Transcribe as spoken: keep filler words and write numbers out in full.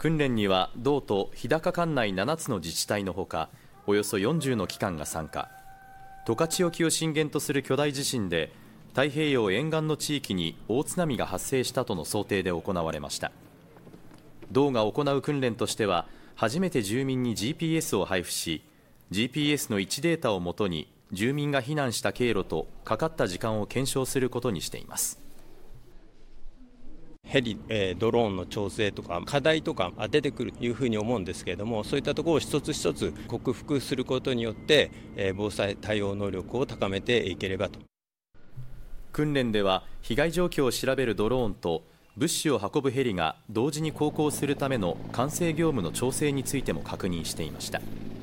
訓練には道と日高管内ななつの自治体のほか、およそよんじゅうの機関が参加。十勝沖を震源とする巨大地震で太平洋沿岸の地域に大津波が発生したとの想定で行われました。道が行う訓練としては初めて住民に ジーピーエス を配布し、 ジーピーエス の位置データをもとに住民が避難した経路とかかった時間を検証することにしています。 ヘリ、えー、ドローンの調整とか課題とか出てくるというふうに思うんですけれども、そういったところを一つ一つ克服することによって、えー、防災対応能力を高めていければと。 訓練では被害状況を調べるドローンと物資を運ぶヘリが同時に航行するための管制業務の調整についても確認していました。